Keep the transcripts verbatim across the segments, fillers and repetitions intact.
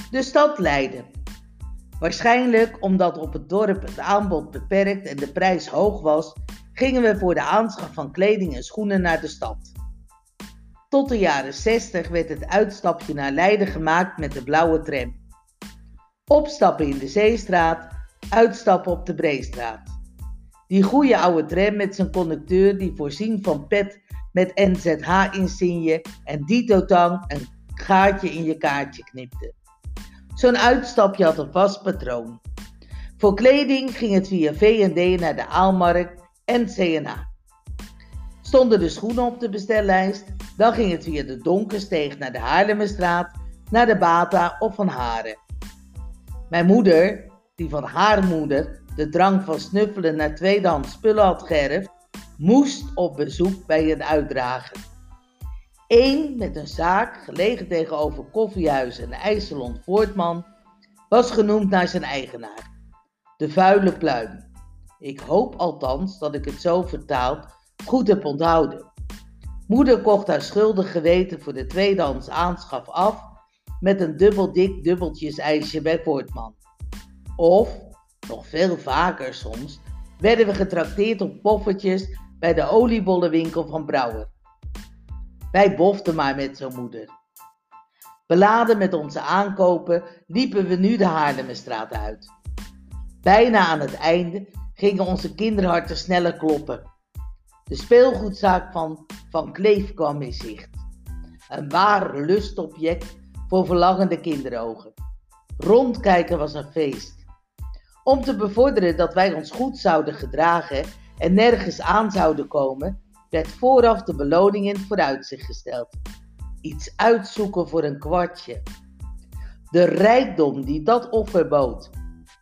De stad Leiden. Waarschijnlijk omdat op het dorp het aanbod beperkt en de prijs hoog was, gingen we voor de aanschaf van kleding en schoenen naar de stad. Tot de jaren zestig werd het uitstapje naar Leiden gemaakt met de blauwe tram. Opstappen in de Zeestraat, uitstappen op de Breestraat. Die goede oude tram met zijn conducteur die voorzien van pet met N Z H-insigne en dito tang een gaatje in je kaartje knipte. Zo'n uitstapje had een vast patroon. Voor kleding ging het via V en D naar de Aalmarkt en C en A. Stonden de schoenen op de bestellijst, dan ging het via de Donkersteeg naar de Haarlemmerstraat, naar de Bata of Van Haren. Mijn moeder, die van haar moeder de drang van snuffelen naar tweedehands spullen had geërfd, moest op bezoek bij een uitdrager. Eén met een zaak, gelegen tegenover koffiehuis en ijssalon Voortman, was genoemd naar zijn eigenaar, de vuile pluim. Ik hoop althans dat ik het zo vertaald goed heb onthouden. Moeder kocht haar schuldig geweten voor de tweedehands aanschaf af met een dubbel dik dubbeltjes ijsje bij Voortman. Of, nog veel vaker soms, werden we getrakteerd op poffertjes bij de oliebollenwinkel van Brouwer. Wij boften maar met zo'n moeder. Beladen met onze aankopen liepen we nu de Haarlemmerstraat uit. Bijna aan het einde gingen onze kinderharten sneller kloppen. De speelgoedzaak van Van Kleef kwam in zicht. Een waar lustobject voor verlangende kinderogen. Rondkijken was een feest. Om te bevorderen dat wij ons goed zouden gedragen en nergens aan zouden komen, werd vooraf de beloning in het vooruitzicht gesteld. Iets uitzoeken voor een kwartje. De rijkdom die dat offer bood.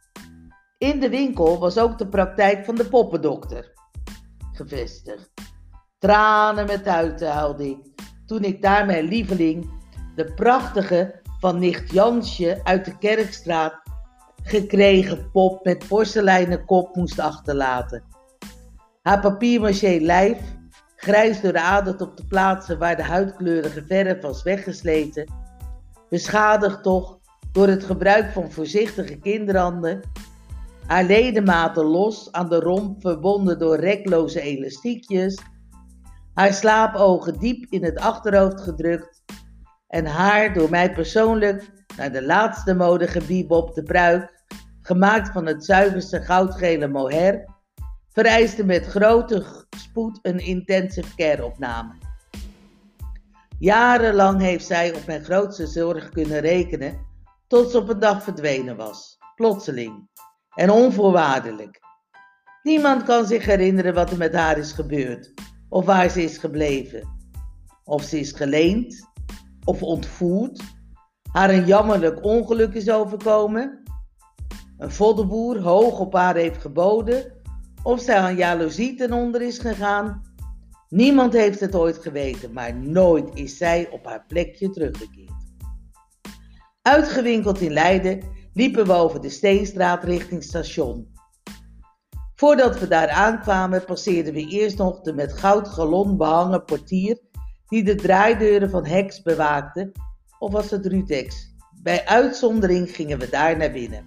In de winkel was ook de praktijk van de poppendokter gevestigd. Tranen met huilen huilde ik toen ik daar mijn lieveling, de prachtige van nicht Jansje uit de Kerkstraat, gekregen pop met porseleinen kop moest achterlaten. Haar papier-maché lijf, grijs dooraderd op de plaatsen waar de huidkleurige verf was weggesleten, beschadigd toch door het gebruik van voorzichtige kinderhanden, haar ledematen los aan de romp verbonden door rekloze elastiekjes, haar slaapogen diep in het achterhoofd gedrukt en haar door mij persoonlijk naar de laatste mode gebiebopte pruik, gemaakt van het zuiverste goudgele mohair, vereiste met grote spoed een intensive care opname. Jarenlang heeft zij op mijn grootste zorg kunnen rekenen, tot ze op een dag verdwenen was, plotseling en onvoorwaardelijk. Niemand kan zich herinneren wat er met haar is gebeurd, of waar ze is gebleven. Of ze is geleend, of ontvoerd, haar een jammerlijk ongeluk is overkomen, een voddenboer hoog op haar heeft geboden, of zij aan jaloezie ten onder is gegaan. Niemand heeft het ooit geweten, maar nooit is zij op haar plekje teruggekeerd. Uitgewinkeld in Leiden liepen we over de Steenstraat richting station. Voordat we daar aankwamen passeerden we eerst nog de met goud galon behangen portier die de draaideuren van Hex bewaakte, of was het Rutex? Bij uitzondering gingen we daar naar binnen.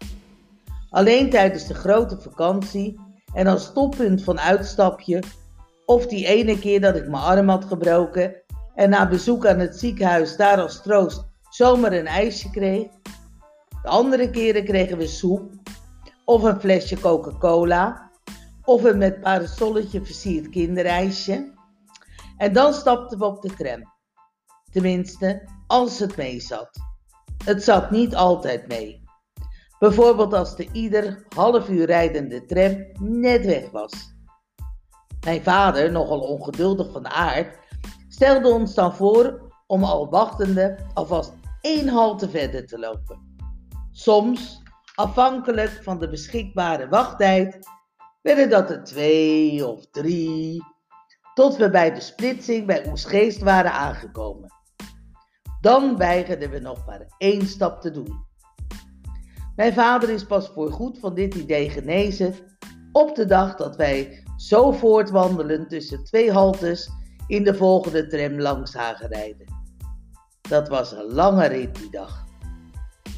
Alleen tijdens de grote vakantie en als toppunt van uitstapje, of die ene keer dat ik mijn arm had gebroken en na bezoek aan het ziekenhuis daar als troost zomaar een ijsje kreeg. De andere keren kregen we soep, of een flesje Coca-Cola, of een met parasolletje versierd kinderijsje. En dan stapten we op de tram. Tenminste, als het mee zat. Het zat niet altijd mee. Bijvoorbeeld als de ieder half uur rijdende tram net weg was. Mijn vader, nogal ongeduldig van aard, stelde ons dan voor om al wachtende alvast één halte verder te lopen. Soms, afhankelijk van de beschikbare wachttijd, werden dat er twee of drie, tot we bij de splitsing bij Oesgeest waren aangekomen. Dan weigerden we nog maar één stap te doen. Mijn vader is pas voorgoed van dit idee genezen op de dag dat wij zo voortwandelen tussen twee haltes in de volgende tram langs zagen rijden. Dat was een lange rit die dag.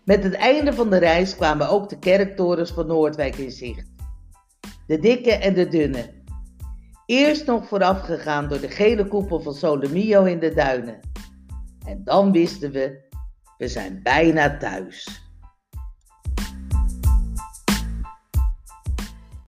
Met het einde van de reis kwamen ook de kerktorens van Noordwijk in zicht. De dikke en de dunne. Eerst nog voorafgegaan door de gele koepel van Solomio in de duinen. En dan wisten we, we zijn bijna thuis.